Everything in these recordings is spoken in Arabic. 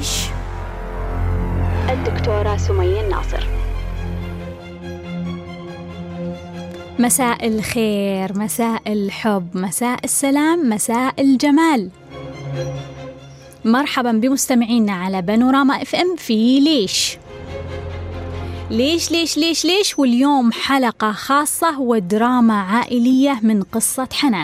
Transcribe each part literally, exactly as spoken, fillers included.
ليش؟ الدكتورة سمية الناصر. مساء الخير، مساء الحب، مساء السلام، مساء الجمال. مرحبا بمستمعينا على بانوراما اف ام في ليش ليش ليش ليش ليش واليوم حلقة خاصة ودراما عائلية من قصة حنان.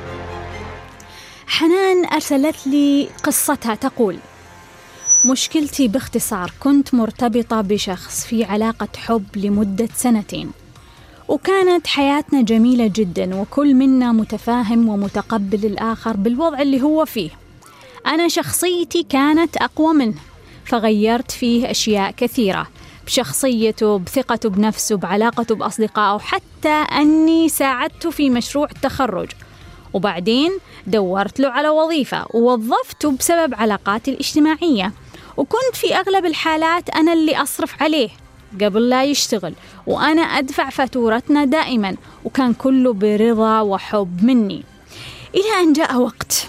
حنان أرسلت لي قصتها تقول: مشكلتي باختصار، كنت مرتبطة بشخص في علاقة حب لمدة سنتين، وكانت حياتنا جميلة جدا وكل منا متفاهم ومتقبل الآخر بالوضع اللي هو فيه. أنا شخصيتي كانت أقوى منه، فغيرت فيه أشياء كثيرة بشخصيته، بثقته بنفسه، بعلاقته بأصدقائه، حتى أني ساعدته في مشروع التخرج. وبعدين دورت له على وظيفة ووظفته بسبب علاقاتي الاجتماعية، وكنت في أغلب الحالات أنا اللي أصرف عليه قبل لا يشتغل، وأنا أدفع فاتورتنا دائما، وكان كله برضا وحب مني. إلى أن جاء وقت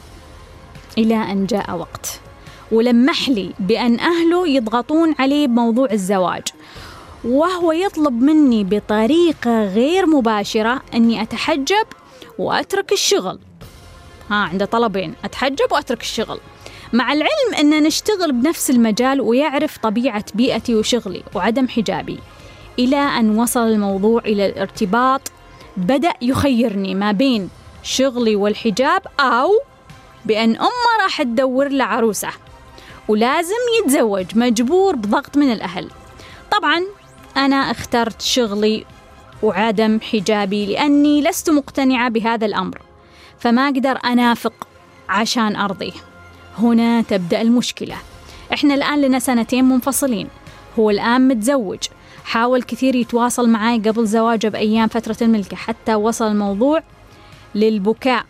إلى أن جاء وقت ولمح لي بأن أهله يضغطون عليه بموضوع الزواج، وهو يطلب مني بطريقة غير مباشرة أني أتحجب وأترك الشغل. ها عنده طلبين: أتحجب وأترك الشغل، مع العلم أن نشتغل بنفس المجال ويعرف طبيعة بيئتي وشغلي وعدم حجابي. إلى أن وصل الموضوع إلى الارتباط، بدأ يخيرني ما بين شغلي والحجاب، أو بأن أمه راح تدور لعروسة ولازم يتزوج مجبور بضغط من الأهل. طبعا أنا اخترت شغلي وعدم حجابي لأني لست مقتنعة بهذا الأمر، فما أقدر أنافق عشان أرضيه. هنا تبدأ المشكلة. إحنا الآن لنا سنتين منفصلين، هو الآن متزوج، حاول كثير يتواصل معي قبل زواجه بأيام فترة الملكة، حتى وصل الموضوع للبكاء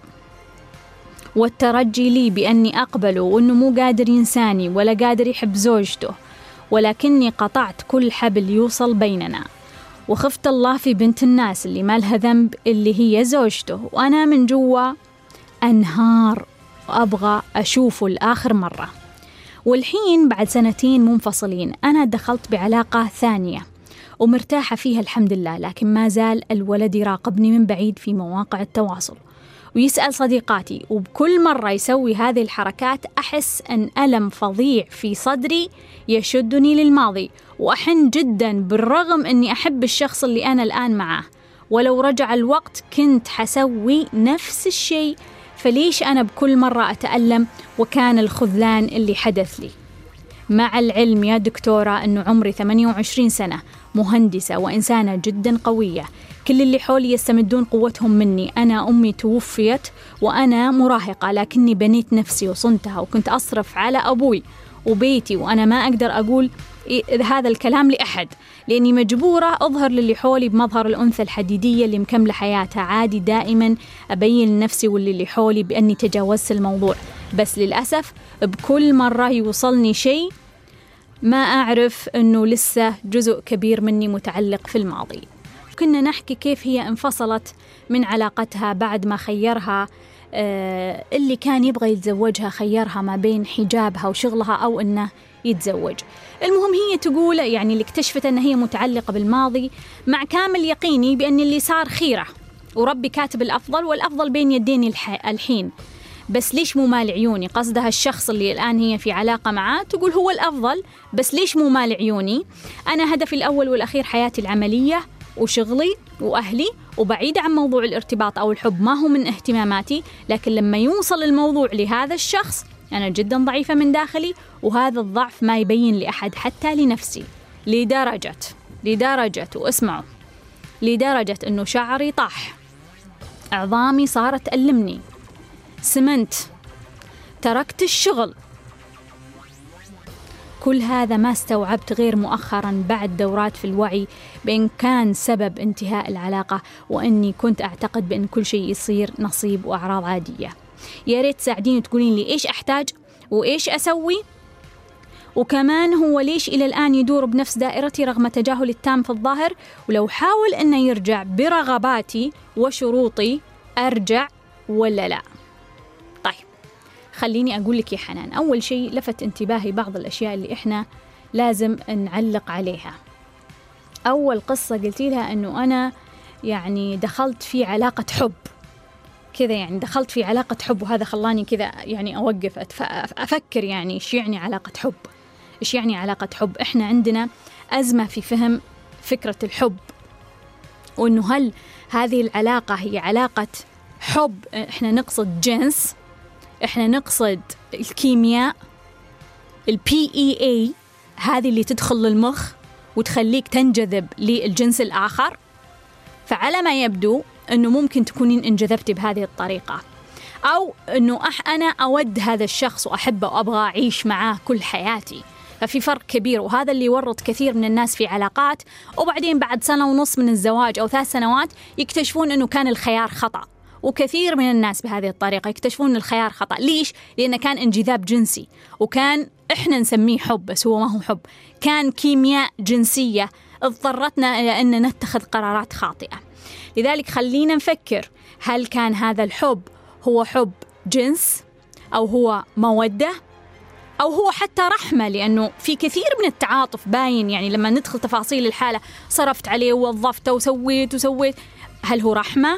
والترجي لي بأني أقبله، وأنه مو قادر ينساني ولا قادر يحب زوجته، ولكني قطعت كل حبل يوصل بيننا، وخفت الله في بنت الناس اللي ما لها ذنب اللي هي زوجته، وأنا من جوا أنهار وأبغى أشوفه الآخر مرة. والحين بعد سنتين منفصلين أنا دخلت بعلاقة ثانية ومرتاحة فيها الحمد لله، لكن ما زال الولد يراقبني من بعيد في مواقع التواصل ويسأل صديقاتي، وبكل مرة يسوي هذه الحركات أحس أن ألم فظيع في صدري يشدني للماضي، وأحن جدا بالرغم أني أحب الشخص اللي أنا الآن معه، ولو رجع الوقت كنت حسوي نفس الشيء. فليش أنا بكل مرة أتألم وكان الخذلان اللي حدث لي؟ مع العلم يا دكتورة أنه عمري ثمانية وعشرين سنة، مهندسة وإنسانة جدا قوية، كل اللي حولي يستمدون قوتهم مني. أنا أمي توفيت وأنا مراهقة، لكني بنيت نفسي وصنتها، وكنت أصرف على أبوي وبيتي، وأنا ما أقدر أقول هذا الكلام لأحد لأني مجبورة أظهر للي حولي بمظهر الأنثى الحديدية اللي مكملة حياتها عادي، دائما أبين لنفسي واللي حولي بأني تجاوزت الموضوع. بس للأسف بكل مرة يوصلني شيء ما أعرف أنه لسه جزء كبير مني متعلق في الماضي. كنا نحكي كيف هي انفصلت من علاقتها بعد ما خيرها آه اللي كان يبغى يتزوجها، خيرها ما بين حجابها وشغلها أو أنه يتزوج. المهم هي تقول يعني اللي اكتشفت أن هي متعلقة بالماضي، مع كامل يقيني بأن اللي صار خيرة وربي كاتب الأفضل، والأفضل بين يديني الحين، بس ليش مو مال عيوني؟ قصدها الشخص اللي الآن هي في علاقة معاه، تقول هو الأفضل بس ليش مو مال عيوني؟ أنا هدفي الأول والأخير حياتي العملية وشغلي وأهلي، وبعيد عن موضوع الارتباط أو الحب، ما هو من اهتماماتي. لكن لما يوصل الموضوع لهذا الشخص أنا جدا ضعيفة من داخلي، وهذا الضعف ما يبين لأحد حتى لنفسي، لدرجة لدرجة واسمعوا لدرجة أنه شعري طاح، عظامي صارت تألمني، سمنت، تركت الشغل. كل هذا ما استوعبت غير مؤخرا بعد دورات في الوعي بأن كان سبب انتهاء العلاقة، وأني كنت أعتقد بأن كل شيء يصير نصيب وأعراض عادية. يا ريت تساعديني تقولين لي إيش أحتاج وإيش أسوي، وكمان هو ليش إلى الآن يدور بنفس دائرتي رغم تجاهل التام في الظاهر، ولو حاول أنه يرجع برغباتي وشروطي أرجع ولا لا؟ طيب خليني أقول لك يا حنان، أول شيء لفت انتباهي بعض الأشياء اللي إحنا لازم نعلق عليها. أول قصة قلتي لها أنه أنا يعني دخلت في علاقة حب كذا، يعني دخلت في علاقة حب، وهذا خلاني كذا يعني أوقف أفكر يعني إيش يعني علاقة حب، إيش يعني علاقة حب. إحنا عندنا أزمة في فهم فكرة الحب، وأنه هل هذه العلاقة هي علاقة حب إحنا نقصد جنس، إحنا نقصد الكيمياء البي إي إي هذه اللي تدخل للمخ وتخليك تنجذب للجنس الآخر. فعلى ما يبدو أنه ممكن تكونين انجذبتي بهذه الطريقة، أو أنه أح أنا أود هذا الشخص وأحبه وأبغى أعيش معاه كل حياتي. ففي فرق كبير، وهذا اللي يورط كثير من الناس في علاقات، وبعدين بعد سنة ونص من الزواج أو ثلاث سنوات يكتشفون أنه كان الخيار خطأ. وكثير من الناس بهذه الطريقة يكتشفون أن الخيار خطأ. ليش؟ لأنه كان انجذاب جنسي، وكان إحنا نسميه حب بس هو ما هو حب، كان كيمياء جنسية اضطرتنا إلى أن نتخذ قرارات خاطئة. لذلك خلينا نفكر، هل كان هذا الحب هو حب جنس، أو هو مودة، أو هو حتى رحمة؟ لأنه في كثير من التعاطف باين، يعني لما ندخل تفاصيل الحالة صرفت عليه ووظفته وسويت وسويت، هل هو رحمة؟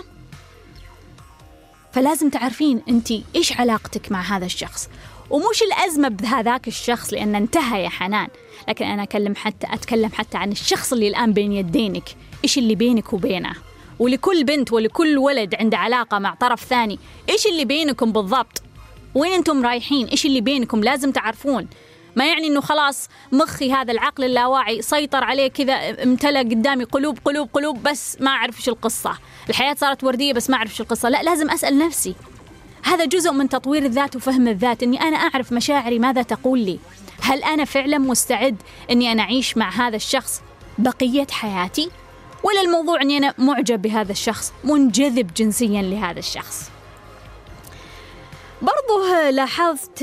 فلازم تعرفين أنت إيش علاقتك مع هذا الشخص، ومش الأزمة بهذاك الشخص لأن انتهى يا حنان، لكن أنا أكلم حتى أتكلم حتى عن الشخص اللي الآن بين يدينك، إيش اللي بينك وبينه. ولكل بنت ولكل ولد عنده علاقة مع طرف ثاني، إيش اللي بينكم بالضبط؟ وين أنتم رايحين؟ إيش اللي بينكم؟ لازم تعرفون. ما يعني إنه خلاص مخي هذا العقل اللاواعي سيطر عليه كذا، امتلأ قدامي قلوب قلوب قلوب بس ما أعرف إيش القصة، الحياة صارت وردية بس ما أعرف إيش القصة. لا، لازم أسأل نفسي. هذا جزء من تطوير الذات وفهم الذات، إني أنا أعرف مشاعري ماذا تقول لي. هل أنا فعلا مستعد إني أنا أعيش مع هذا الشخص بقية حياتي، ولا الموضوع إني أنا معجب بهذا الشخص، منجذب جنسيا لهذا الشخص؟ برضو لاحظت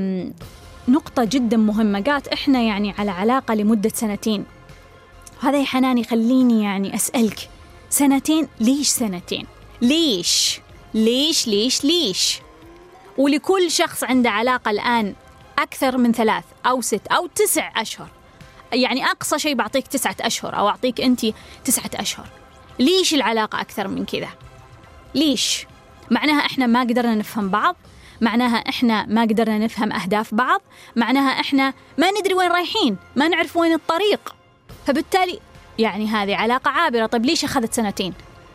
نقطة جدا مهمة، قالت إحنا يعني على علاقة لمدة سنتين. هذا يا حنان يخليني يعني أسألك، سنتين؟ ليش سنتين؟ ليش؟ ليش ليش ليش؟ ولكل شخص عنده علاقة الآن أكثر من ثلاث أو ست أو تسع أشهر، يعني أقصى شيء بعطيك تسعة أشهر أو أعطيك أنت تسعة أشهر. ليش العلاقة أكثر من كذا؟ ليش؟ معناها إحنا ما قدرنا نفهم بعض، معناها إحنا ما قدرنا نفهم أهداف بعض، معناها إحنا ما ندري وين رايحين، ما نعرف وين الطريق. فبالتالي يعني هذه علاقة عابرة. طيب ليش أخذت سنتين؟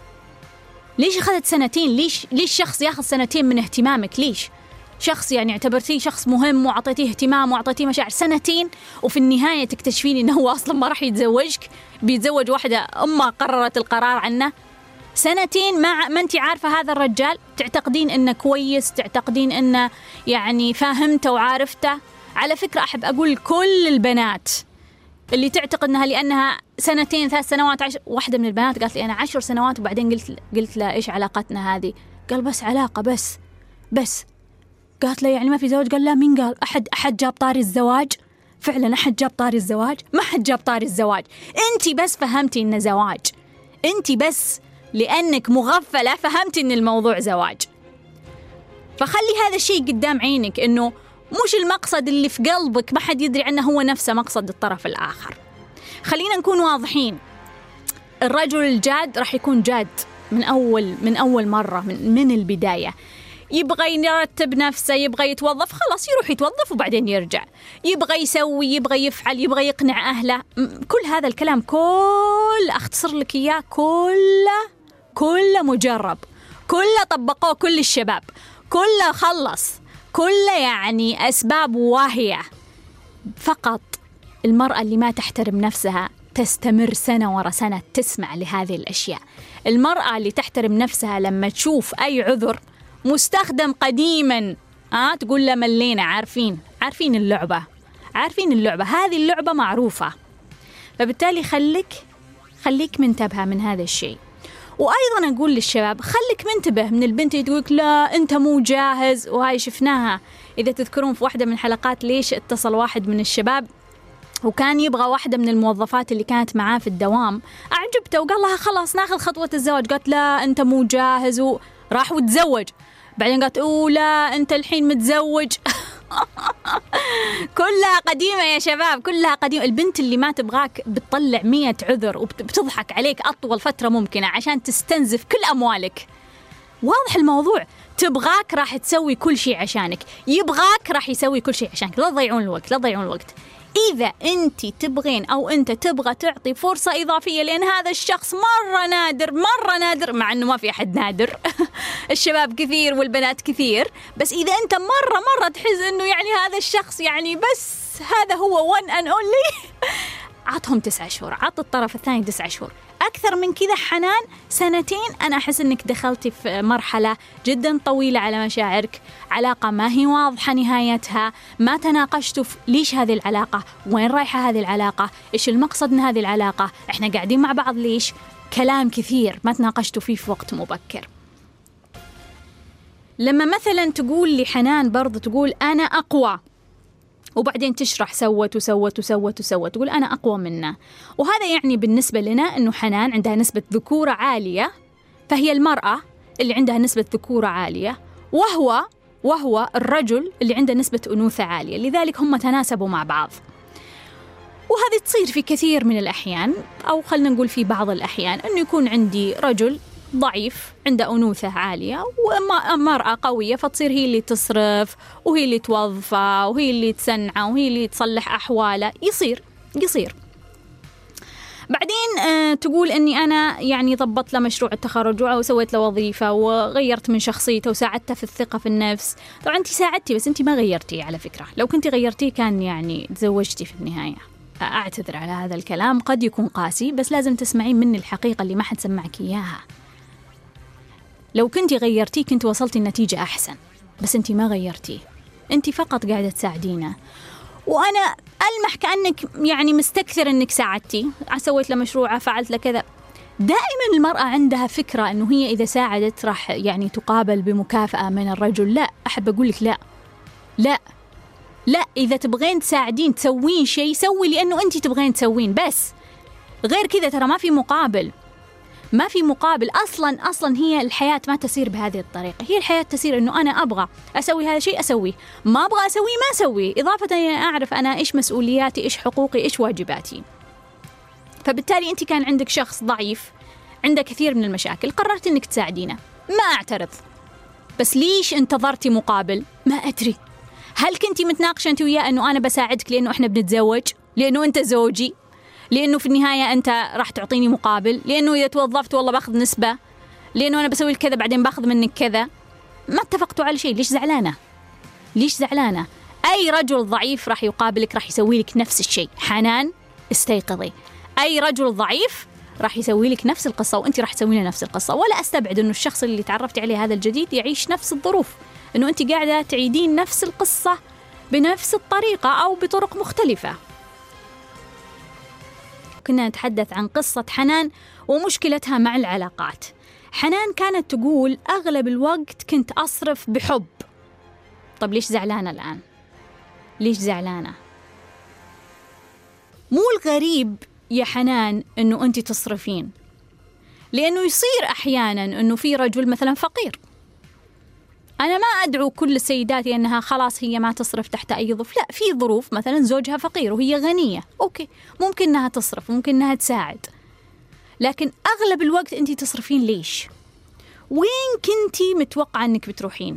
ليش أخذت سنتين؟ ليش ليش شخص ياخذ سنتين من اهتمامك؟ ليش شخص يعني اعتبرتيه شخص مهم وعطيتيه اهتمام وعطيتيه مشاعر سنتين، وفي النهاية تكتشفين إنه هو أصلا ما راح يتزوجك، بيتزوج واحدة أمها قررت القرار عنه؟ سنتين ما ما أنت عارفة هذا الرجال، تعتقدين إنه كويس، تعتقدين إنه يعني فاهمته وعارفته. على فكرة أحب أقول كل البنات اللي تعتقد أنها لأنها سنتين ثلاث سنوات عشر، واحدة من البنات قالت لي أنا عشر سنوات، وبعدين قلت قلت لها إيش علاقتنا هذه؟ قال بس علاقة بس بس. قالت له يعني ما في زواج؟ قال لا. مين قال؟ أحد أحد جاب طاري الزواج؟ فعلا أحد جاب طاري الزواج؟ ما حد جاب طاري الزواج، أنت بس فهمتي إنه زواج، أنت بس لأنك مغفلة فهمتي إن الموضوع زواج. فخلي هذا الشيء قدام عينك، إنه مش المقصد اللي في قلبك ما حد يدري عنه هو نفسه مقصد الطرف الآخر. خلينا نكون واضحين، الرجل الجاد راح يكون جاد من أول من أول مرة، من, من البداية. يبغى يرتب نفسه، يبغى يتوظف، خلاص يروح يتوظف وبعدين يرجع، يبغى يسوي، يبغى يفعل، يبغى يقنع أهله، كل هذا الكلام كل أختصر لك إياه، كله كله مجرب، كله طبقوه كل الشباب، كله خلص، كله يعني أسباب واهية. فقط المرأة اللي ما تحترم نفسها تستمر سنة ورا سنة تسمع لهذه الأشياء. المرأة اللي تحترم نفسها لما تشوف أي عذر مستخدم قديما آه تقول له ملينا، عارفين عارفين اللعبة، عارفين اللعبة، هذه اللعبة معروفة. فبالتالي خليك خليك منتبهة من هذا الشيء. وأيضا أقول للشباب خليك منتبه من البنت اللي تقولك لا أنت مو جاهز. وهاي شفناها إذا تذكرون في واحدة من حلقات ليش اتصل واحد من الشباب وكان يبغى واحدة من الموظفات اللي كانت معاه في الدوام، أعجبته وقال لها خلاص ناخذ خطوة الزواج، قالت لا أنت مو جاهز، وراح وتزوج. بعدين قالت أوه لا أنت الحين متزوج. كلها قديمة يا شباب، كلها قديمة. البنت اللي ما تبغاك بتطلع مية عذر وبتضحك عليك أطول فترة ممكنة عشان تستنزف كل أموالك. واضح الموضوع، تبغاك راح تسوي كل شيء عشانك، يبغاك راح يسوي كل شيء عشانك. لا تضيعون الوقت، لا تضيعون الوقت. إذا أنت تبغين أو أنت تبغى تعطي فرصة إضافية، لأن هذا الشخص مرة نادر مرة نادر، مع أنه ما في أحد نادر. الشباب كثير والبنات كثير، بس إذا أنت مرة مرة تحس أنه يعني هذا الشخص يعني بس هذا هو one and only، عطهم تسعة شهور، عط الطرف الثاني تسعة شهور. أكثر من كذا حنان سنتين أنا أحس أنك دخلتي في مرحلة جدا طويلة على مشاعرك، علاقة ما هي واضحة نهايتها، ما تناقشتوا في ليش هذه العلاقة، وين رايحة هذه العلاقة، إيش المقصد من هذه العلاقة، إحنا قاعدين مع بعض ليش. كلام كثير ما تناقشتوا فيه في وقت مبكر. لما مثلا تقول لحنان برضو تقول أنا أقوى، وبعدين تشرح سوت وسوت وسوت وسوت، تقول أنا أقوى منه، وهذا يعني بالنسبة لنا أنه حنان عندها نسبة ذكورة عالية، فهي المرأة اللي عندها نسبة ذكورة عالية، وهو وهو الرجل اللي عنده نسبة أنوثة عالية، لذلك هم تناسبوا مع بعض. وهذه تصير في كثير من الأحيان، أو خلنا نقول في بعض الأحيان، أنه يكون عندي رجل ضعيف عنده أنوثة عالية ومرأة قوية، فتصير هي اللي تصرف وهي اللي توظفه وهي اللي تسنعه وهي اللي تصلح أحواله. يصير يصير بعدين آه تقول أني أنا يعني ضبطت له مشروع التخرج وسويت له وظيفة وغيرت من شخصيته وساعدته في الثقة في النفس. طبعا أنت ساعدتي بس أنت ما غيرتي، على فكرة لو كنت غيرتي كان يعني تزوجتي في النهاية. أعتذر على هذا الكلام، قد يكون قاسي، بس لازم تسمعين مني الحقيقة اللي ما حد سمعك إياها. لو كنتي غيرتيه كنت وصلتي النتيجة أحسن، بس أنتي ما غيرتيه، أنتي فقط قاعدة تساعدينه. وأنا ألمح كأنك يعني مستكثر أنك ساعدتي، سويت له مشروع، فعلت له كذا. دائما المرأة عندها فكرة أنه هي إذا ساعدت راح يعني تقابل بمكافأة من الرجل. لا، أحب أقول لك لا لا لا، إذا تبغين تساعدين تسوين شيء سوي لأنه أنتي تبغين تسوين، بس غير كذا ترى ما في مقابل، ما في مقابل أصلاً. أصلاً هي الحياة ما تسير بهذه الطريقة، هي الحياة تسير إنه أنا أبغى أسوي هذا الشيء أسويه، ما أبغى أسويه ما أسويه، إضافة إلى أعرف أنا إيش مسؤولياتي، إيش حقوقي، إيش واجباتي. فبالتالي أنت كان عندك شخص ضعيف عنده كثير من المشاكل، قررت إنك تساعدينه، ما أعترض، بس ليش انتظرتي مقابل؟ ما أدري. هل كنتي متناقشة أنت وياه إنه أنا بساعدك لأنه إحنا بنتزوج، لأنه أنت زوجي، لأنه في النهاية أنت راح تعطيني مقابل، لأنه إذا توظفت والله باخذ نسبة، لأنه أنا بسوي كذا بعدين باخذ منك كذا؟ ما اتفقتوا على شيء، ليش زعلانة؟ ليش زعلانة؟ أي رجل ضعيف راح يقابلك راح يسوي لك نفس الشيء. حنان استيقظي، أي رجل ضعيف راح يسوي لك نفس القصة وأنت راح تسوي له نفس القصة. ولا أستبعد إنه الشخص اللي تعرفتي عليه هذا الجديد يعيش نفس الظروف، إنه أنت قاعدة تعيدين نفس القصة بنفس الطريقة أو بطرق مختلفة. كنا نتحدث عن قصة حنان ومشكلتها مع العلاقات. حنان كانت تقول أغلب الوقت كنت أصرف بحب. طب ليش زعلانة الآن؟ ليش زعلانة؟ مو الغريب يا حنان أنه أنت تصرفين، لأنه يصير أحيانا أنه في رجل مثلا فقير. أنا ما أدعو كل السيدات أنها خلاص هي ما تصرف تحت أي ظروف، لا، في ظروف مثلا زوجها فقير وهي غنية، أوكي ممكن أنها تصرف، ممكن أنها تساعد، لكن أغلب الوقت أنتي تصرفين ليش؟ وين كنتي متوقعة أنك بتروحين؟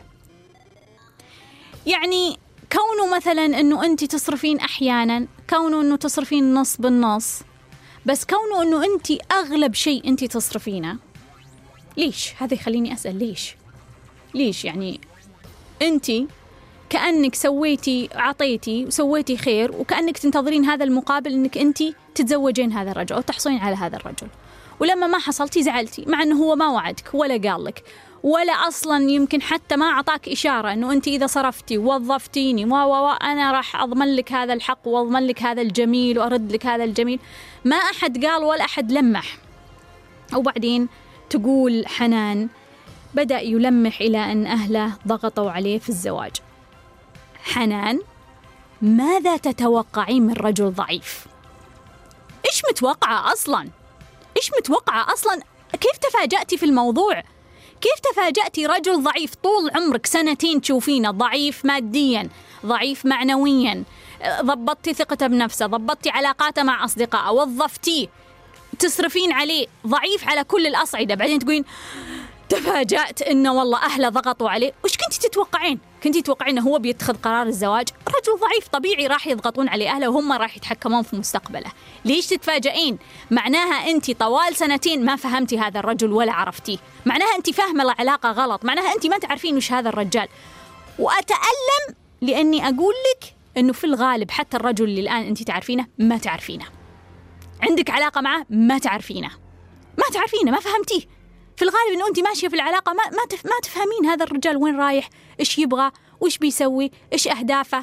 يعني كونه مثلا أنه أنتي تصرفين أحيانا، كونه أنه تصرفين نص بالنص، بس كونه أنه أنتي أغلب شيء أنتي تصرفينه، ليش؟ هذا يخليني أسأل ليش؟ ليش يعني أنتي كأنك سويتي عطيتي وسويتي خير وكأنك تنتظرين هذا المقابل أنك أنتي تتزوجين هذا الرجل أو تحصلين على هذا الرجل، ولما ما حصلتي زعلتي، مع أنه هو ما وعدك ولا قال لك ولا أصلا يمكن حتى ما أعطاك إشارة أنه أنتي إذا صرفتي ووظفتيني و و أنا راح أضمن لك هذا الحق وأضمن لك هذا الجميل وأرد لك هذا الجميل. ما أحد قال ولا أحد لمح. وبعدين تقول حنان بدأ يلمح إلى أن أهله ضغطوا عليه في الزواج. حنان ماذا تتوقعين من رجل ضعيف؟ إيش متوقعة أصلاً؟ إيش متوقعة أصلاً؟ كيف تفاجأتي في الموضوع؟ كيف تفاجأتي رجل ضعيف طول عمرك سنتين تشوفينه ضعيف ماديا، ضعيف معنويا، ضبطتي ثقته بنفسه، ضبطتي علاقاته مع أصدقائه، وظفتيه، تصرفين عليه، ضعيف على كل الأصعدة، بعدين تقولين تفاجأت إنه والله أهله ضغطوا عليه. وش كنتي تتوقعين؟ كنتي تتوقعين إنه هو بيتخذ قرار الزواج؟ رجل ضعيف طبيعي راح يضغطون عليه أهله وهم راح يتحكمون في مستقبله. ليش تتفاجئين؟ معناها أنت طوال سنتين ما فهمتي هذا الرجل ولا عرفتيه، معناها أنت فاهمة العلاقة غلط، معناها أنت ما تعرفين وش هذا الرجال. وأتألم لأني أقول لك إنه في الغالب حتى الرجل اللي الآن أنت تعرفينه ما تعرفينه، عندك علاقة معه ما تعرفينه، ما تعرفينه، ما فهمتيه. في الغالب إنه أنت ماشية في العلاقة ما ما تف ما تفهمين هذا الرجال وين رايح، إيش يبغى، وإيش بيسوي، إيش أهدافه.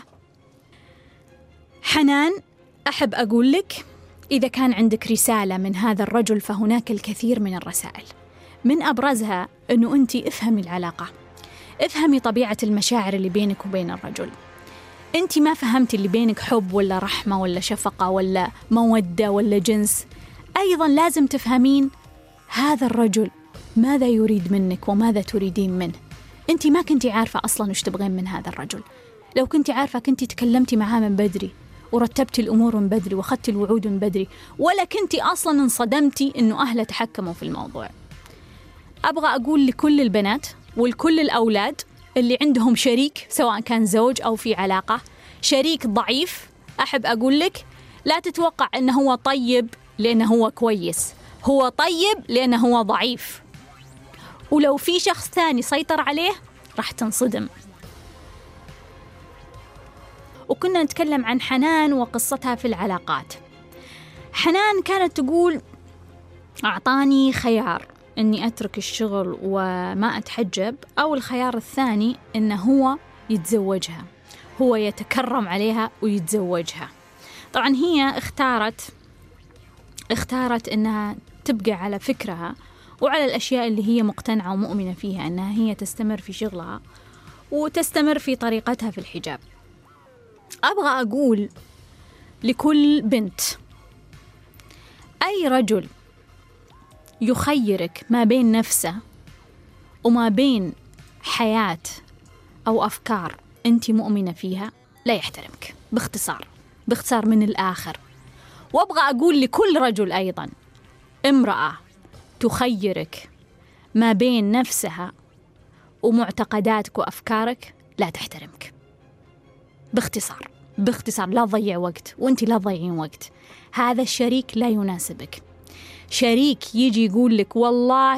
حنان، أحب أقول لك إذا كان عندك رسالة من هذا الرجل فهناك الكثير من الرسائل، من أبرزها إنه أنت افهمي العلاقة، افهمي طبيعة المشاعر اللي بينك وبين الرجل. أنت ما فهمتي اللي بينك حب ولا رحمة ولا شفقة ولا مودة ولا جنس. أيضا لازم تفهمين هذا الرجل ماذا يريد منك وماذا تريدين منه. أنت ما كنتي عارفة أصلاً وش تبغين من هذا الرجل. لو كنتي عارفة كنتي تكلمتي معاه من بدري ورتبتي الأمور من بدري وأخذتي الوعود من بدري، ولا كنتي أصلاً انصدمتي إنه أهله تحكموا في الموضوع. أبغى أقول لكل البنات ولكل الأولاد اللي عندهم شريك سواء كان زوج أو في علاقة، شريك ضعيف، أحب أقول لك لا تتوقع أنه هو طيب لأنه هو كويس، هو طيب لأنه هو ضعيف، ولو في شخص ثاني سيطر عليه راح تنصدم. وكنا نتكلم عن حنان وقصتها في العلاقات. حنان كانت تقول أعطاني خيار أني أترك الشغل وما أتحجب، أو الخيار الثاني أنه هو يتزوجها، هو يتكرم عليها ويتزوجها. طبعا هي اختارت اختارت أنها تبقى على فكرها وعلى الأشياء اللي هي مقتنعة ومؤمنة فيها، أنها هي تستمر في شغلها وتستمر في طريقتها في الحجاب. أبغى أقول لكل بنت، أي رجل يخيرك ما بين نفسه وما بين حياة أو أفكار أنت مؤمنة فيها لا يحترمك، باختصار باختصار من الآخر. وأبغى أقول لكل رجل أيضا، امرأة تخيرك ما بين نفسها ومعتقداتك وأفكارك لا تحترمك، باختصار باختصار لا تضيع وقت، وأنت لا تضيعين وقت. هذا الشريك لا يناسبك. شريك يجي يقول لك والله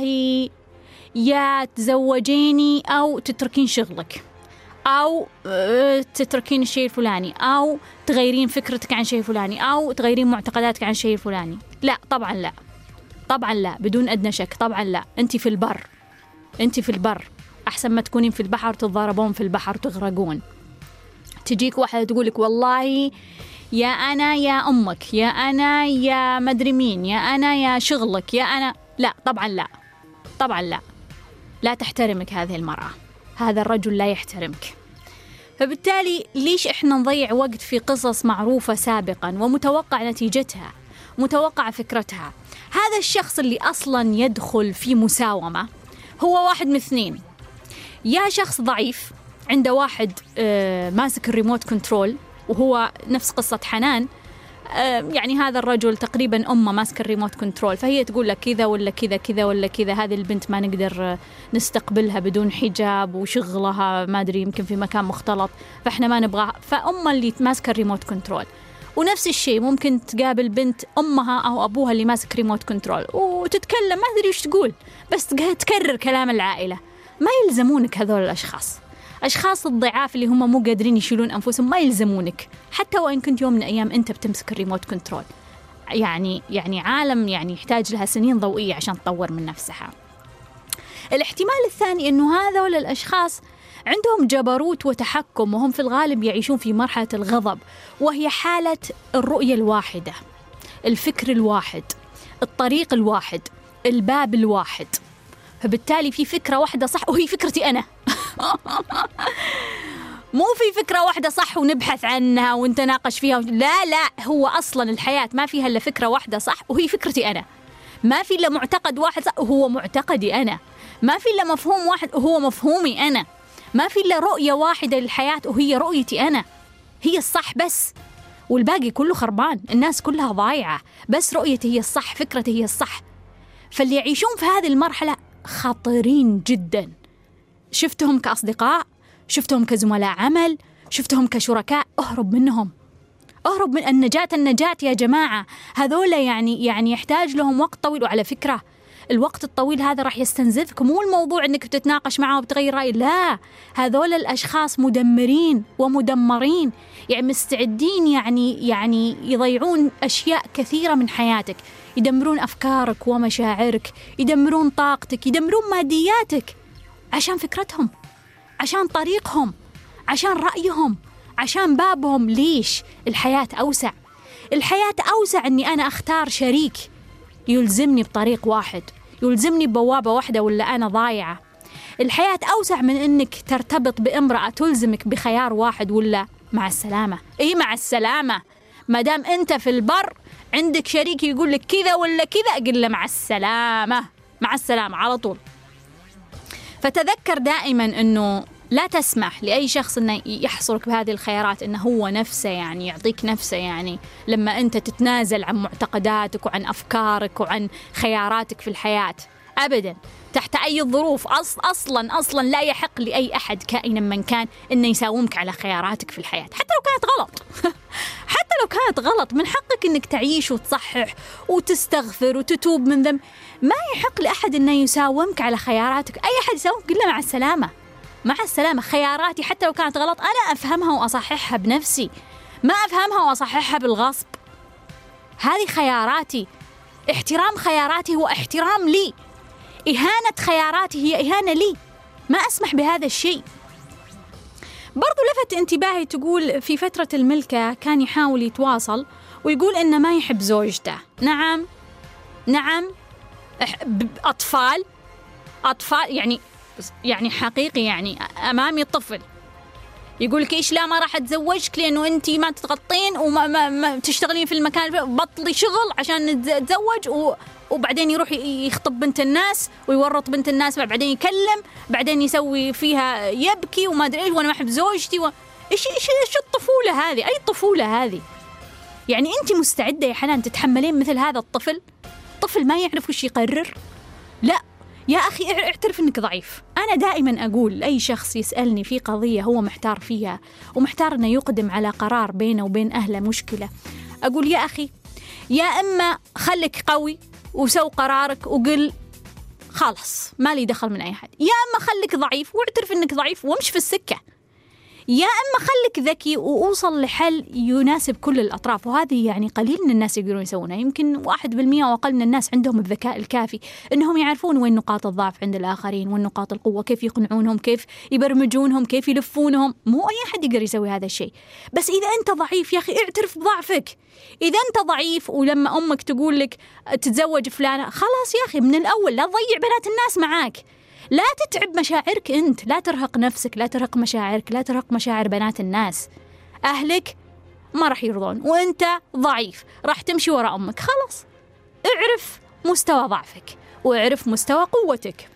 يا تزوجيني أو تتركين شغلك، أو تتركين الشيء الفلاني، أو تغيرين فكرتك عن شيء فلاني، أو تغيرين معتقداتك عن شيء فلاني. لا طبعا لا، طبعا لا، بدون أدنى شك، طبعا لا. أنت في البر، أنت في البر أحسن ما تكونين في البحر تضاربون في البحر تغرقون. تجيك واحدة تقولك والله يا أنا يا أمك، يا أنا يا مدري مين، يا أنا يا شغلك، يا أنا. لا طبعا لا، طبعا لا، لا تحترمك هذه المرأة، هذا الرجل لا يحترمك. فبالتالي ليش إحنا نضيع وقت في قصص معروفة سابقا ومتوقع نتيجتها، متوقع فكرتها؟ هذا الشخص اللي أصلا يدخل في مساومة هو واحد من اثنين، يا شخص ضعيف عنده واحد آه ماسك الريموت كنترول، وهو نفس قصة حنان. آه يعني هذا الرجل تقريبا أمه ماسك الريموت كنترول، فهي تقول لك كذا ولا كذا كذا ولا كذا، هذه البنت ما نقدر نستقبلها بدون حجاب وشغلها ما أدري يمكن في مكان مختلط، فإحنا ما نبغاها، فأمه اللي ماسك الريموت كنترول. ونفس الشيء ممكن تقابل بنت أمها أو أبوها اللي ماسك ريموت كنترول وتتكلم ما أدري وش تقول، بس تكرر كلام العائلة. ما يلزمونك هذول الأشخاص، أشخاص الضعاف اللي هم مو قادرين يشيلون أنفسهم ما يلزمونك، حتى وإن كنت يوم من الأيام أنت بتمسك الريموت كنترول. يعني يعني عالم يعني يحتاج لها سنين ضوئية عشان تطور من نفسها. الاحتمال الثاني إنه هذول الأشخاص عندهم جبروت وتحكم، وهم في الغالب يعيشون في مرحلة الغضب، وهي حالة الرؤية الواحدة، الفكر الواحد، الطريق الواحد، الباب الواحد. فبالتالي في فكرة واحدة صح وهي فكرتي أنا. مو في فكرة واحدة صح ونبحث عنها ونتناقش فيها، لا لا، هو أصلا الحياة ما فيها إلا فكرة واحدة صح وهي فكرتي أنا، ما في إلا معتقد واحد صح وهو معتقدي أنا. ما في إلا مفهوم واحد وهو مفهومي أنا، ما في إلا رؤية واحدة للحياة وهي رؤيتي أنا، هي الصح بس، والباقي كله خربان، الناس كلها ضايعة، بس رؤيتي هي الصح، فكرتي هي الصح. فاللي يعيشون في هذه المرحلة خطيرين جدا. شفتهم كأصدقاء، شفتهم كزملاء عمل، شفتهم كشركاء، أهرب منهم، أهرب من النجاة. النجاة يا جماعة هذولا يعني يعني يحتاج لهم وقت طويل، وعلى فكرة الوقت الطويل هذا راح يستنزفك، مو الموضوع أنك بتتناقش معه وبتغير رأي، لا، هذولا الأشخاص مدمرين ومدمرين، يعني مستعدين يعني يعني يضيعون أشياء كثيرة من حياتك، يدمرون أفكارك ومشاعرك، يدمرون طاقتك، يدمرون مادياتك عشان فكرتهم، عشان طريقهم، عشان رأيهم، عشان بابهم. ليش؟ الحياة أوسع، الحياة أوسع أني أنا أختار شريك يلزمني بطريق واحد، يلزمني ببوابة واحدة ولا أنا ضايعة. الحياة أوسع من أنك ترتبط بامرأة تلزمك بخيار واحد ولا مع السلامة. إيه مع السلامة؟ ما دام أنت في البر عندك شريك يقول لك كذا ولا كذا، قل له مع السلامة، مع السلامة على طول. فتذكر دائما أنه لا تسمح لأي شخص أنه يحصرك بهذه الخيارات، أنه هو نفسه يعني يعطيك نفسه، يعني لما أنت تتنازل عن معتقداتك وعن أفكارك وعن خياراتك في الحياة. أبدا، تحت أي ظروف أص أصلا أصلا لا يحق لأي أحد كائنا من كان أنه يساومك على خياراتك في الحياة، حتى لو كانت غلط حتى لو كانت غلط، من حقك أنك تعيش وتصحح وتستغفر وتتوب من ذنب. ما يحق لأحد أنه يساومك على خياراتك. أي أحد يساومك قل له مع السلامة، مع السلامة. خياراتي حتى لو كانت غلط أنا أفهمها وأصححها بنفسي، ما أفهمها وأصححها بالغصب. هذه خياراتي، احترام خياراتي هو احترام لي، إهانة خياراتي هي إهانة لي، ما أسمح بهذا الشيء. برضو لفت انتباهي تقول في فترة الملكة كان يحاول يتواصل ويقول إنه ما يحب زوجته. نعم نعم، أطفال أطفال يعني يعني حقيقي، يعني أمامي طفل يقول لك إيش لا ما راح أتزوجك لأنه أنتي ما تتغطين وما ما ما تشتغلين في المكان، بطلي شغل عشان نتزوج، و وبعدين يروح يخطب بنت الناس ويورط بنت الناس، بعدين يكلم، بعدين يسوي فيها يبكي وما أدري إيش، وأنا ما أحب زوجتي و... إيش إيش إيش الطفولة هذه؟ أي طفولة هذه؟ يعني أنت مستعدة يا حنان تتحملين مثل هذا الطفل؟ طفل ما يعرف وش يقرر؟ لا يا أخي، اعترف أنك ضعيف. أنا دائما أقول لأي شخص يسألني في قضية هو محتار فيها ومحتار أنه يقدم على قرار بينه وبين أهله مشكلة، أقول يا أخي، يا إما خلك قوي وسو قرارك وقل خلاص ما لي دخل من أي حد، يا إما خلك ضعيف واعترف أنك ضعيف وامش في السكة، يا إما خلك ذكي وأوصل لحل يناسب كل الأطراف. وهذه يعني قليل من الناس يقدرون يسوونها، يمكن واحد بالمئة وأقل من الناس عندهم الذكاء الكافي أنهم يعرفون وين نقاط الضعف عند الآخرين وين نقاط القوة، كيف يقنعونهم، كيف يبرمجونهم، كيف يلفونهم. مو أي أحد يقدر يسوي هذا الشيء. بس إذا أنت ضعيف يا أخي اعترف بضعفك. إذا أنت ضعيف ولما أمك تقول لك تتزوج فلانة، خلاص يا أخي من الأول لا تضيع بنات الناس معاك، لا تتعب مشاعرك أنت، لا ترهق نفسك، لا ترهق مشاعرك، لا ترهق مشاعر بنات الناس. أهلك ما راح يرضون وأنت ضعيف، راح تمشي وراء أمك. خلاص اعرف مستوى ضعفك واعرف مستوى قوتك.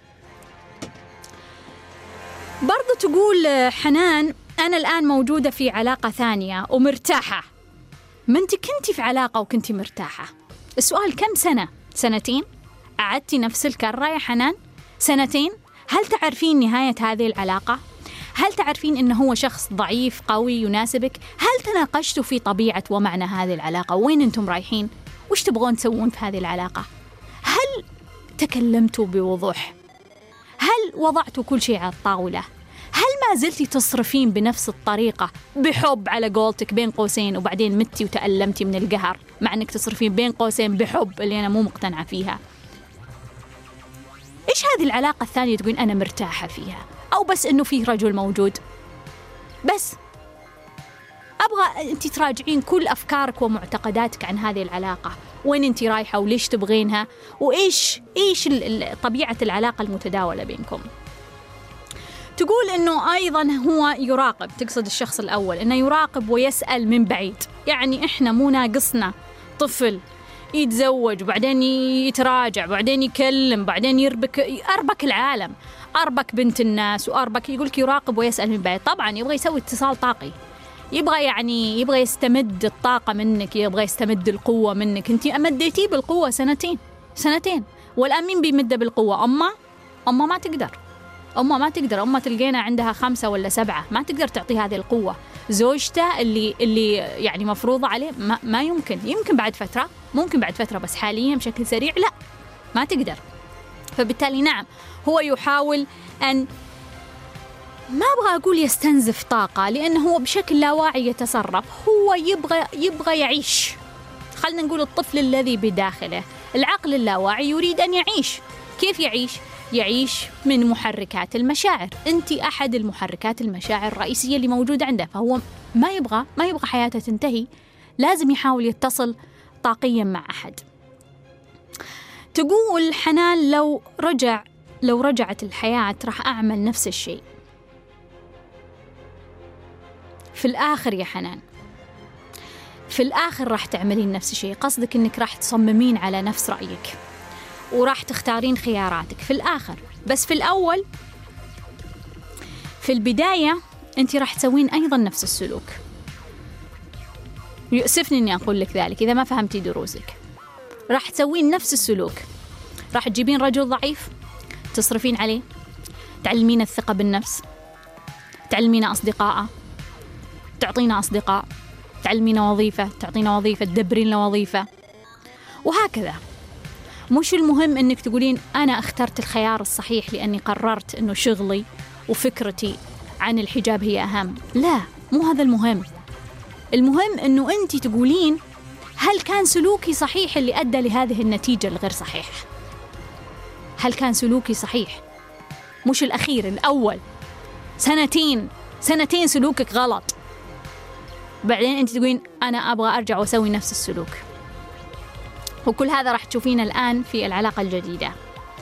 برضو تقول حنان أنا الآن موجودة في علاقة ثانية ومرتاحة. ما أنت كنتي في علاقة وكنتي مرتاحة. السؤال كم سنة؟ سنتين؟ أعدتي نفس الكرة يا حنان؟ سنتين؟ هل تعرفين نهاية هذه العلاقة؟ هل تعرفين إنه هو شخص ضعيف قوي يناسبك؟ هل تناقشتوا في طبيعة ومعنى هذه العلاقة؟ وين أنتم رايحين؟ وش تبغون تسوون في هذه العلاقة؟ هل تكلمتوا بوضوح؟ هل وضعتوا كل شيء على الطاولة؟ هل ما زلتي تصرفين بنفس الطريقة بحب على قولتك بين قوسين وبعدين متي وتألمتي من القهر مع أنك تصرفين بين قوسين بحب اللي أنا مو مقتنعة فيها؟ إيش هذه العلاقة الثانية تقولين أنا مرتاحة فيها؟ أو بس إنه فيه رجل موجود؟ بس أبغى أنت تراجعين كل أفكارك ومعتقداتك عن هذه العلاقة، وين أنت رايحة وليش تبغينها وإيش إيش طبيعة العلاقة المتداولة بينكم. تقول إنه أيضا هو يراقب، تقصد الشخص الأول، إنه يراقب ويسأل من بعيد. يعني إحنا مو ناقصنا طفل يتزوج وبعدين يتراجع وبعدين يكلم بعدين يربك أربك العالم، أربك بنت الناس وأربك يقولك يراقب ويسأل من بعيد. طبعا يبغى يسوي اتصال طاقي، يبغى يعني يبغى يستمد الطاقة منك، يبغى يستمد القوة منك. انتي أمديتيه بالقوة سنتين سنتين والآن مين بيمده بالقوة؟ أمه أمه ما تقدر، أمه ما تقدر، أمه تلقينا عندها خمسة ولا سبعة، ما تقدر تعطي هذه القوة. زوجته اللي اللي يعني مفروضة عليه ما, ما يمكن، يمكن بعد فترة، ممكن بعد فترة، بس حاليا بشكل سريع لا، ما تقدر. فبالتالي نعم هو يحاول أن، ما أبغى أقول يستنزف طاقة لأنه هو بشكل لا واعي يتصرف، هو يبغى يبغى يعيش. خلنا نقول الطفل الذي بداخله العقل اللاواعي يريد أن يعيش. كيف يعيش؟ يعيش من محركات المشاعر. أنت أحد المحركات المشاعر الرئيسية اللي موجودة عنده، فهو ما يبغى ما يبغى حياته تنتهي، لازم يحاول يتصل طاقيا مع أحد. تقول حنان لو رجع لو رجعت الحياة راح أعمل نفس الشيء. في الآخر يا حنان، في الآخر راح تعملين نفس الشيء. قصدك إنك راح تصممين على نفس رأيك وراح تختارين خياراتك في الآخر، بس في الأول في البداية أنت راح تسوين أيضا نفس السلوك. يؤسفني إني أقول لك ذلك إذا ما فهمتي دروسك. راح تسوين نفس السلوك، راح تجيبين رجل ضعيف تصرفين عليه، تعلمين الثقة بالنفس، تعلمين أصدقاء، تعطينا أصدقاء، تعلمينا وظيفة، تعطينا وظيفة، تدبرين له وظيفة، وهكذا. مش المهم أنك تقولين أنا اخترت الخيار الصحيح لأني قررت أنه شغلي وفكرتي عن الحجاب هي أهم. لا، مو هذا المهم. المهم أنه أنت تقولين هل كان سلوكي صحيح اللي أدى لهذه النتيجة الغير صحيحة؟ هل كان سلوكي صحيح؟ مش الأخير، الأول. سنتين سنتين سلوكك غلط، بعدين أنت تقولين أنا أبغى أرجع وأسوي نفس السلوك. وكل هذا راح تشوفينه الآن في العلاقة الجديدة.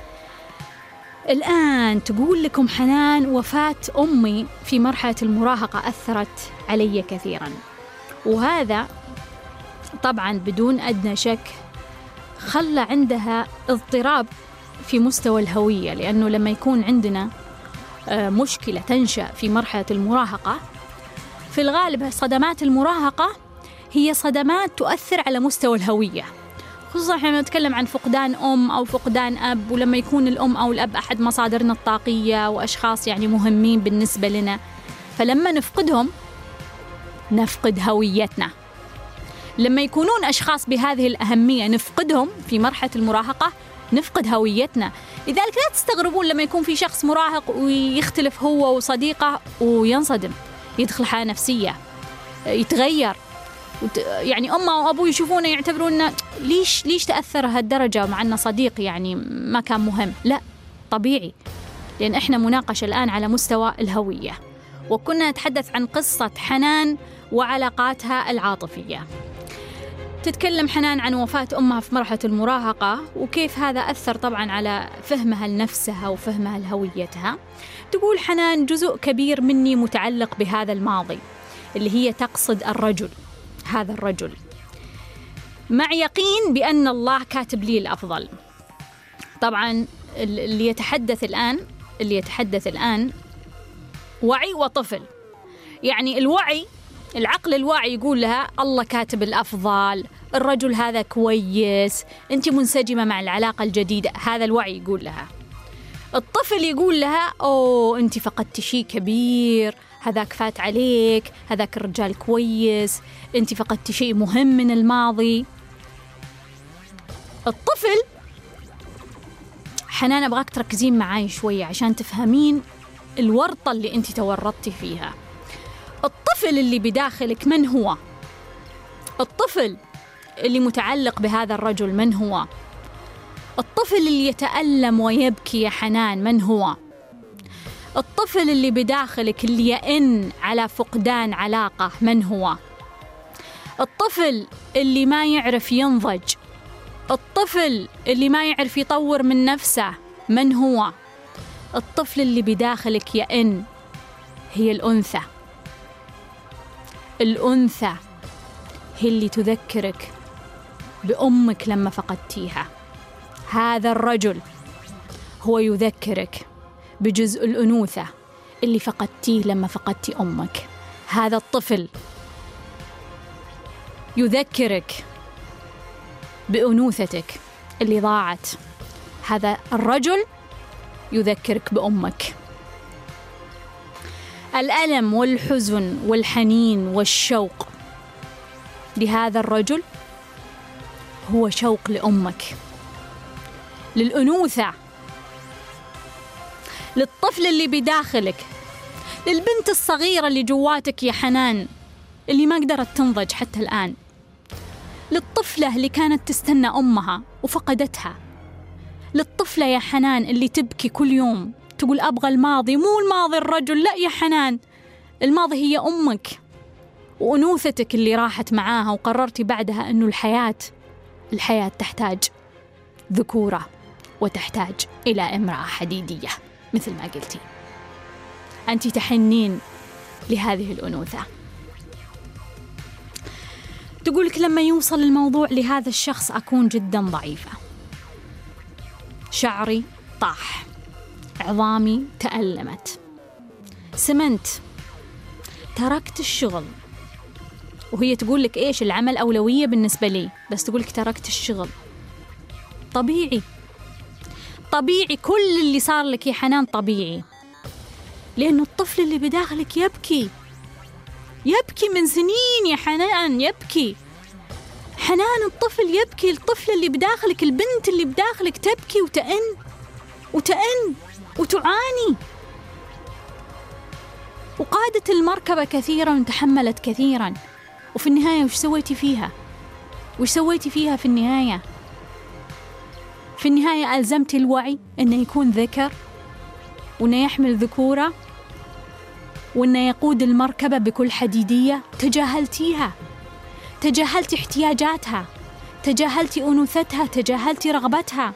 الآن تقول لكم حنان وفاة أمي في مرحلة المراهقة أثرت علي كثيرا، وهذا طبعا بدون أدنى شك خلى عندها اضطراب في مستوى الهوية، لأنه لما يكون عندنا مشكلة تنشأ في مرحلة المراهقة، في الغالب صدمات المراهقة هي صدمات تؤثر على مستوى الهوية، خصوصا احنا نتكلم عن فقدان أم أو فقدان أب، ولما يكون الأم أو الأب أحد مصادرنا الطاقية وأشخاص يعني مهمين بالنسبة لنا، فلما نفقدهم نفقد هويتنا. لما يكونون أشخاص بهذه الأهمية نفقدهم في مرحلة المراهقة نفقد هويتنا. لذلك لا تستغربون لما يكون في شخص مراهق ويختلف هو وصديقه وينصدم، يدخل حالة نفسية، يتغير، يعني أمه وأبوه يشوفونه يعتبرون ليش ليش تأثر هالدرجة مع أنه صديق يعني ما كان مهم. لا، طبيعي، لأن إحنا مناقشة الآن على مستوى الهوية، وكنا نتحدث عن قصة حنان وعلاقاتها العاطفية. تتكلم حنان عن وفاة أمها في مرحلة المراهقة وكيف هذا أثر طبعا على فهمها لنفسها وفهمها لهويتها. تقول حنان جزء كبير مني متعلق بهذا الماضي اللي هي تقصد الرجل، هذا الرجل، مع يقين بأن الله كاتب لي الأفضل. طبعا اللي يتحدث الآن اللي يتحدث الآن وعي وطفل، يعني الوعي، العقل الواعي يقول لها الله كاتب الأفضل، الرجل هذا كويس، أنت منسجمة مع العلاقة الجديدة، هذا الوعي يقول لها. الطفل يقول لها أوه أنت فقدت شيء كبير، هذاك فات عليك، هذاك الرجال كويس، أنت فقدت شيء مهم من الماضي. الطفل، حنان أبغاك تركزين معاي شوية عشان تفهمين الورطة اللي أنت تورطتي فيها. الطفل اللي بداخلك من هو؟ الطفل اللي متعلق بهذا الرجل من هو؟ الطفل اللي يتألم ويبكي يا حنان من هو؟ الطفل اللي بداخلك اللي يئن على فقدان علاقة من هو؟ الطفل اللي ما يعرف ينضج، الطفل اللي ما يعرف يطور من نفسه من هو؟ الطفل اللي بداخلك يئن هي الأنثى. الأنثى هي اللي تذكرك بأمك لما فقدتيها. هذا الرجل هو يذكرك بجزء الأنوثة اللي فقدتيه لما فقدتي أمك. هذا الطفل يذكرك بأنوثتك اللي ضاعت. هذا الرجل يذكرك بأمك. الألم والحزن والحنين والشوق لهذا الرجل هو شوق لأمك، للأنوثة، للطفل اللي بداخلك، للبنت الصغيرة اللي جواتك يا حنان اللي ما قدرت تنضج حتى الآن، للطفلة اللي كانت تستنى أمها وفقدتها، للطفلة يا حنان اللي تبكي كل يوم تقول أبغى الماضي، مو الماضي الرجل، لا يا حنان، الماضي هي أمك وأنوثتك اللي راحت معاها، وقررتي بعدها أنه الحياة الحياة تحتاج ذكورة وتحتاج إلى امرأة حديدية مثل ما قلتي. أنت تحنين لهذه الأنوثة. تقولك لما يوصل الموضوع لهذا الشخص أكون جدا ضعيفة، شعري طاح، عظامي تألمت، سمنت، تركت الشغل. وهي تقولك إيش العمل أولوية بالنسبة لي، بس تقولك تركت الشغل. طبيعي طبيعي كل اللي صار لك يا حنان طبيعي، لأنه الطفل اللي بداخلك يبكي يبكي من سنين يا حنان، يبكي حنان، الطفل يبكي، الطفل اللي بداخلك، البنت اللي بداخلك تبكي وتأن وتأن وتعاني، وقادت المركبة كثيرا وتحملت كثيرا، وفي النهاية وش سويتي فيها؟ وش سويتي فيها في النهاية؟ في النهاية ألزمت الوعي أنه يكون ذكر، وأنه يحمل ذكورة، وأنه يقود المركبة بكل حديدية. تجاهلتيها، تجاهلتي احتياجاتها، تجاهلتي أنوثتها، تجاهلتي رغبتها.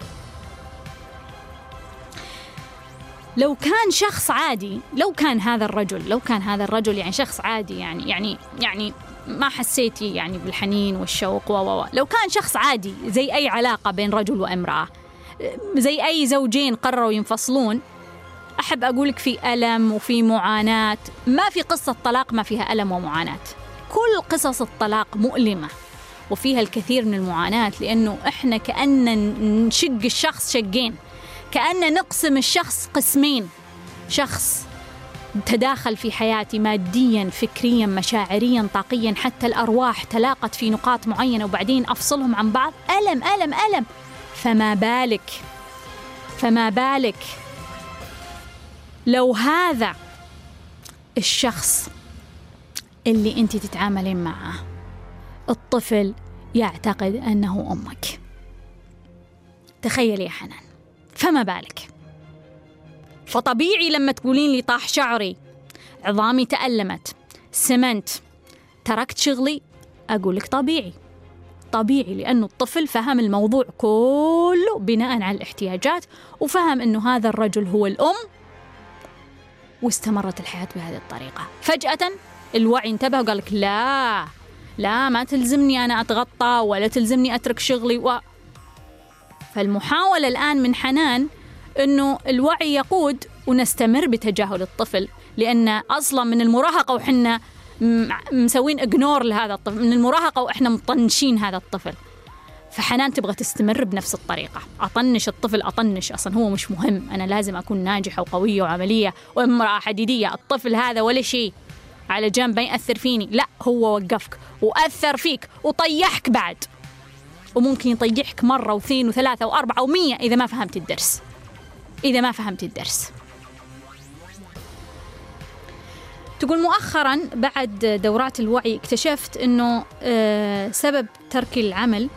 لو كان شخص عادي، لو كان هذا الرجل لو كان هذا الرجل يعني شخص عادي، يعني يعني يعني ما حسيتي يعني بالحنين والشوق و و لو كان شخص عادي زي أي علاقة بين رجل وامرأة، زي أي زوجين قرروا ينفصلون، أحب أقولك في ألم وفي معاناة. ما في قصة طلاق ما فيها ألم ومعاناة، كل قصص الطلاق مؤلمة وفيها الكثير من المعاناة، لأنه إحنا كأن نشق الشخص شقين، كأن نقسم الشخص قسمين. شخص تداخل في حياتي ماديا، فكريا، مشاعريا، طاقيا، حتى الأرواح تلاقت في نقاط معينة وبعدين أفصلهم عن بعض، ألم ألم ألم. فما بالك فما بالك لو هذا الشخص اللي أنت تتعاملين معه الطفل يعتقد أنه أمك. تخيلي يا حنان، فما بالك. فطبيعي لما تقولين لي طاح شعري، عظامي تألمت، سمنت، تركت شغلي، أقولك طبيعي طبيعي، لأنه الطفل فهم الموضوع كله بناء على الاحتياجات، وفهم أنه هذا الرجل هو الأم، واستمرت الحياة بهذه الطريقة. فجأة الوعي انتبه وقالك لا لا ما تلزمني أنا أتغطى، ولا تلزمني أترك شغلي و... فالمحاولة الآن من حنان أنه الوعي يقود ونستمر بتجاهل الطفل، لأن أصلا من المراهقة وحنا مسوين إجنور لهذا الطفل، من المراهقة وإحنا مطنشين هذا الطفل. فحنان تبغى تستمر بنفس الطريقة، أطنش الطفل، أطنش، أصلا هو مش مهم، أنا لازم أكون ناجحة وقوية وعملية وامرأة حديدية، الطفل هذا ولا شيء على جنب ما يأثر فيني. لا، هو وقفك وأثر فيك وطيحك بعد، وممكن يطيحك مرة واثنين وثلاثة وأربعة ومية إذا ما فهمت الدرس إذا ما فهمت الدرس تقول مؤخرا بعد دورات الوعي اكتشفت أنه سبب ترك العمل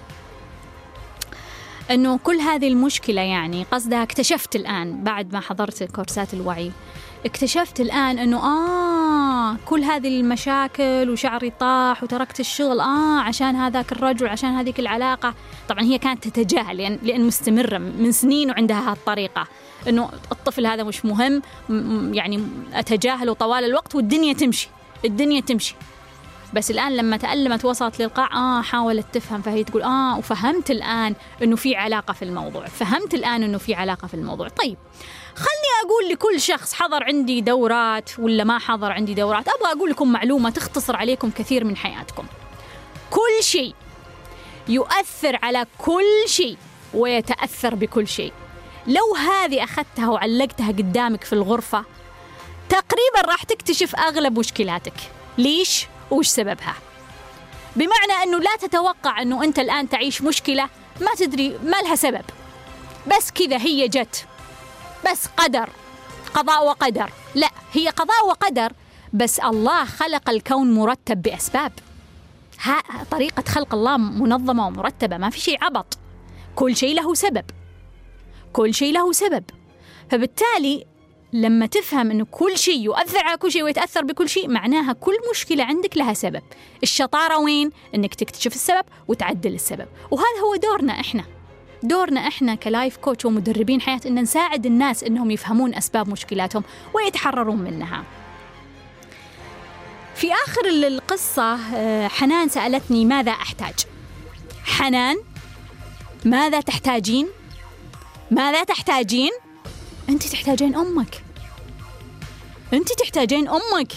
أنه كل هذه المشكلة، يعني قصدها اكتشفت الآن بعد ما حضرت كورسات الوعي، اكتشفت الآن أنه آه كل هذه المشاكل وشعري طاح وتركت الشغل آه عشان هذاك الرجل، عشان هذيك العلاقة. طبعا هي كانت تتجاهل لأن, لأن مستمرة من سنين وعندها هالطريقة، أنه الطفل هذا مش مهم، يعني أتجاهله طوال الوقت والدنيا تمشي الدنيا تمشي بس الآن لما تألمت وصلت للقاع آه حاولت تفهم، فهي تقول آه وفهمت الآن إنه في علاقة في الموضوع، فهمت الآن إنه في علاقة في الموضوع. طيب خلني أقول لكل شخص حضر عندي دورات ولا ما حضر عندي دورات، أبغى أقول لكم معلومة تختصر عليكم كثير من حياتكم. كل شيء يؤثر على كل شيء ويتأثر بكل شيء. لو هذه أخذتها وعلقتها قدامك في الغرفة تقريبا راح تكتشف أغلب مشكلاتك. ليش؟ وش سببها؟ بمعنى أنه لا تتوقع أنه أنت الآن تعيش مشكلة ما تدري ما لها سبب، بس كذا هي جت، بس قدر، قضاء وقدر. لا، هي قضاء وقدر، بس الله خلق الكون مرتب بأسباب. ها طريقة خلق الله منظمة ومرتبة، ما في شيء عبط، كل شيء له سبب، كل شيء له سبب. فبالتالي لما تفهم أنه كل شيء يؤثر على كل شيء ويتأثر بكل شيء، معناها كل مشكلة عندك لها سبب. الشطارة وين؟ أنك تكتشف السبب وتعدل السبب. وهذا هو دورنا إحنا، دورنا إحنا كلايف كوتش ومدربين حياة، أن نساعد الناس أنهم يفهمون أسباب مشكلاتهم ويتحررون منها. في آخر القصة حنان سألتني ماذا أحتاج؟ حنان ماذا تحتاجين؟ ماذا تحتاجين؟ أنت تحتاجين أمك، أنت تحتاجين أمك.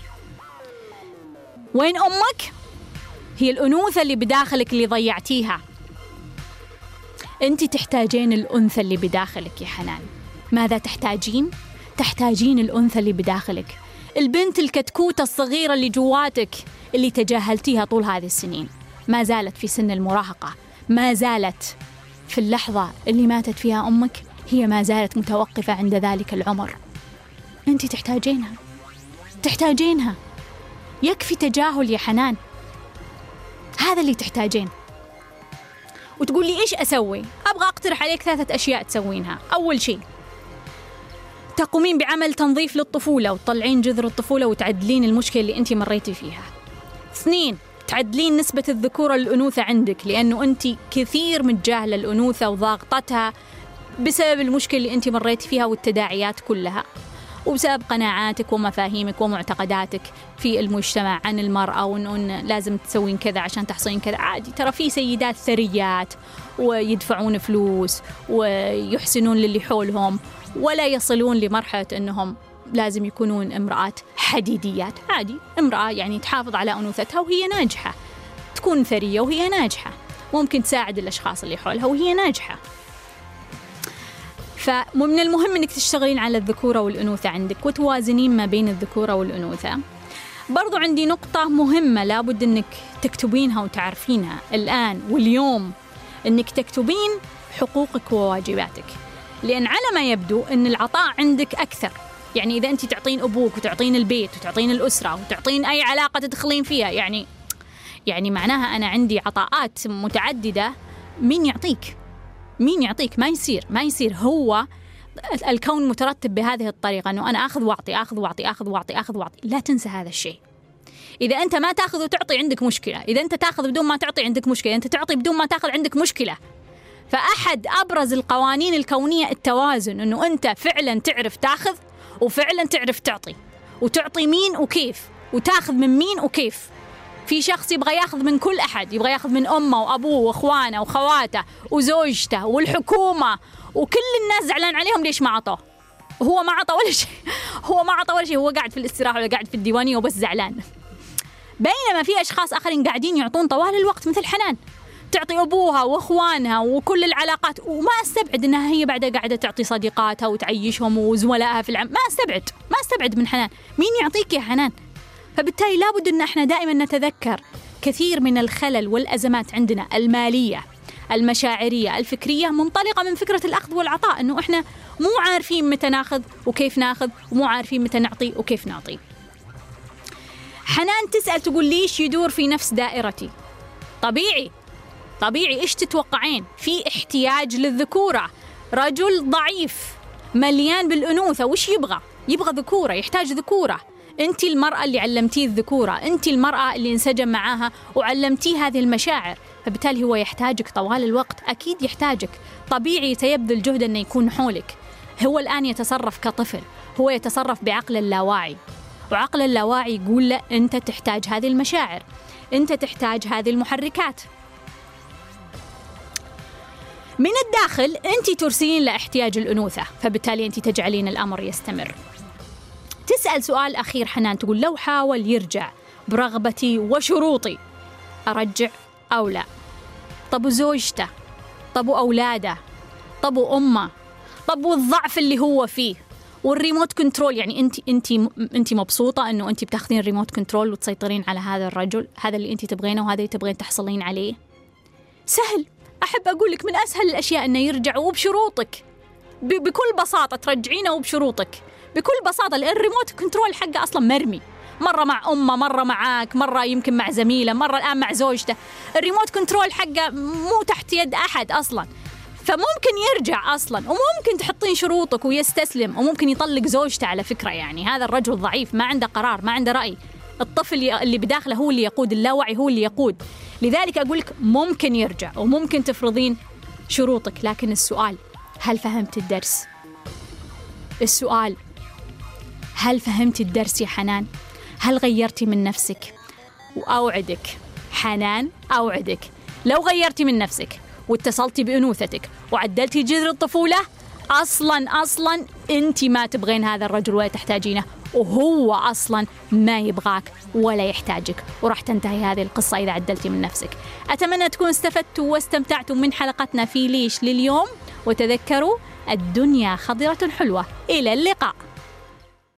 وين أمك؟ هي الأنوثة اللي بداخلك اللي ضيعتيها. أنت تحتاجين الأنثى اللي بداخلك يا حنان. ماذا تحتاجين؟ تحتاجين الأنثى اللي بداخلك، البنت الكتكوتة الصغيرة اللي جواتك اللي تجاهلتيها طول هذه السنين، ما زالت في سن المراهقة، ما زالت في اللحظة اللي ماتت فيها أمك هي ما زالت متوقفة عند ذلك العمر. أنت تحتاجينها، تحتاجينها. يكفي تجاهل يا حنان، هذا اللي تحتاجين. وتقول لي إيش أسوي؟ أبغى أقترح عليك ثلاثة أشياء تسوينها. أول شيء تقومين بعمل تنظيف للطفولة وتطلعين جذر الطفولة وتعدلين المشكلة اللي أنت مريتي فيها. اثنين، تعدلين نسبة الذكورة للأنوثة عندك، لأنه أنت كثير متجاهلة الأنوثة وضاغطتها بسبب المشكلة اللي أنت مريتي فيها والتداعيات كلها، وبسبب قناعاتك ومفاهيمك ومعتقداتك في المجتمع عن المرأة، وأنه لازم تسوين كذا عشان تحصلين كذا. عادي، ترى في سيدات ثريات ويدفعون فلوس ويحسنون للي حولهم ولا يصلون لمرحلة أنهم لازم يكونون امرأات حديديات. عادي، امرأة يعني تحافظ على أنوثتها وهي ناجحة، تكون ثرية وهي ناجحة، ممكن تساعد الأشخاص اللي حولها وهي ناجحة. فمن المهم أنك تشتغلين على الذكورة والأنوثة عندك وتوازنين ما بين الذكورة والأنوثة. برضو عندي نقطة مهمة لابد أنك تكتبينها وتعرفينها الآن واليوم، أنك تكتبين حقوقك وواجباتك، لأن على ما يبدو أن العطاء عندك أكثر. يعني إذا أنت تعطين أبوك وتعطين البيت وتعطين الأسرة وتعطين أي علاقة تدخلين فيها، يعني يعني معناها أنا عندي عطاءات متعددة، مين يعطيك؟ مين يعطيك؟ ما يصير، ما يصير. هو الكون مترتب بهذه الطريقة، أنه أنا أخذ وأعطي أخذ وأعطي أخذ وأعطي أخذ وأعطي. لا تنسى هذا الشيء. إذا أنت ما تأخذ وتعطي عندك مشكلة، إذا أنت تأخذ بدون ما تعطي عندك مشكلة، أنت تعطي بدون ما تأخذ عندك مشكلة. فأحد أبرز القوانين الكونية التوازن، أنه أنت فعلا تعرف تأخذ وفعلا تعرف تعطي، وتعطي مين وكيف، وتأخذ من مين وكيف. في شخص يبغى ياخذ من كل أحد، يبغى ياخذ من أمه وأبوه وأخوانه وخواته وزوجته والحكومة وكل الناس، زعلان عليهم ليش ما عطوه. وهو ما عطى ولا شيء، هو ما عطى ولا شيء، هو قاعد في الاستراحة ولا قاعد في الديوانية وبس زعلان. بينما في أشخاص آخرين قاعدين يعطون طوال الوقت، مثل حنان تعطي أبوها وأخوانها وكل العلاقات، وما أستبعد أنها هي بعدها قاعدة تعطي صديقاتها وتعيشهم وزملائها في العمل. ما أستبعد ما أستبعد من حنان. مين يعطيك يا حنان؟ فبالتالي لابد أن احنا دائما نتذكر كثير من الخلل والأزمات عندنا المالية المشاعرية الفكرية منطلقة من فكرة الأخذ والعطاء، أنه احنا مو عارفين متى ناخذ وكيف ناخذ، ومو عارفين متى نعطي وكيف نعطي. حنان تسأل تقول ليش يدور في نفس دائرتي؟ طبيعي طبيعي. إيش تتوقعين؟ في احتياج للذكورة، رجل ضعيف مليان بالأنوثة وش يبغى؟ يبغى ذكورة، يحتاج ذكورة. أنت المرأة اللي علمتيه الذكورة، أنت المرأة اللي انسجم معاها وعلمتيه هذه المشاعر، فبالتالي هو يحتاجك طوال الوقت، أكيد يحتاجك. طبيعي سيبذل جهد أنه يكون حولك. هو الآن يتصرف كطفل، هو يتصرف بعقل اللاواعي، وعقل اللاواعي يقول له أنت تحتاج هذه المشاعر، أنت تحتاج هذه المحركات. من الداخل أنت ترسلين لاحتياج الأنوثة، فبالتالي أنت تجعلين الأمر يستمر. تسأل سؤال أخير حنان، تقول لو حاول يرجع برغبتي وشروطي أرجع أو لا؟ طب وزوجته؟ طب وأولاده؟ طب وأمه؟ طب والضعف اللي هو فيه والريموت كنترول؟ يعني أنت أنت أنت مبسوطة إنه أنت بتاخذين الريموت كنترول وتسيطرين على هذا الرجل، هذا اللي أنت تبغينه وهذا اللي تبغين تحصلين عليه؟ سهل. أحب أقول لك من أسهل الأشياء إنه يرجع وبشروطك، بكل بساطة ترجعينه وبشروطك بكل بساطة، لأن الريموت كنترول حقه أصلا مرمي، مرة مع أمه، مرة معاك، مرة يمكن مع زميلة، مرة الآن مع زوجته. الريموت كنترول حقه مو تحت يد أحد أصلا، فممكن يرجع أصلا، وممكن تحطين شروطك ويستسلم، وممكن يطلق زوجته على فكرة. يعني هذا الرجل ضعيف، ما عنده قرار، ما عنده رأي، الطفل اللي بداخله هو اللي يقود، اللاوعي هو اللي يقود. لذلك أقول لك ممكن يرجع وممكن تفرضين شروطك، لكن السؤال هل فهمت الدرس؟ السؤال هل فهمت الدرس يا حنان؟ هل غيرتي من نفسك؟ وأوعدك حنان، أوعدك لو غيرتي من نفسك واتصلتي بأنوثتك وعدلتي جذر الطفولة، أصلاً أصلاً أنت ما تبغين هذا الرجل ولا تحتاجينه، وهو أصلاً ما يبغاك ولا يحتاجك، وراح تنتهي هذه القصة إذا عدلتي من نفسك. أتمنى تكونوا استفدتوا واستمتعتوا من حلقتنا في ليش لليوم، وتذكروا الدنيا خضرة حلوة. إلى اللقاء.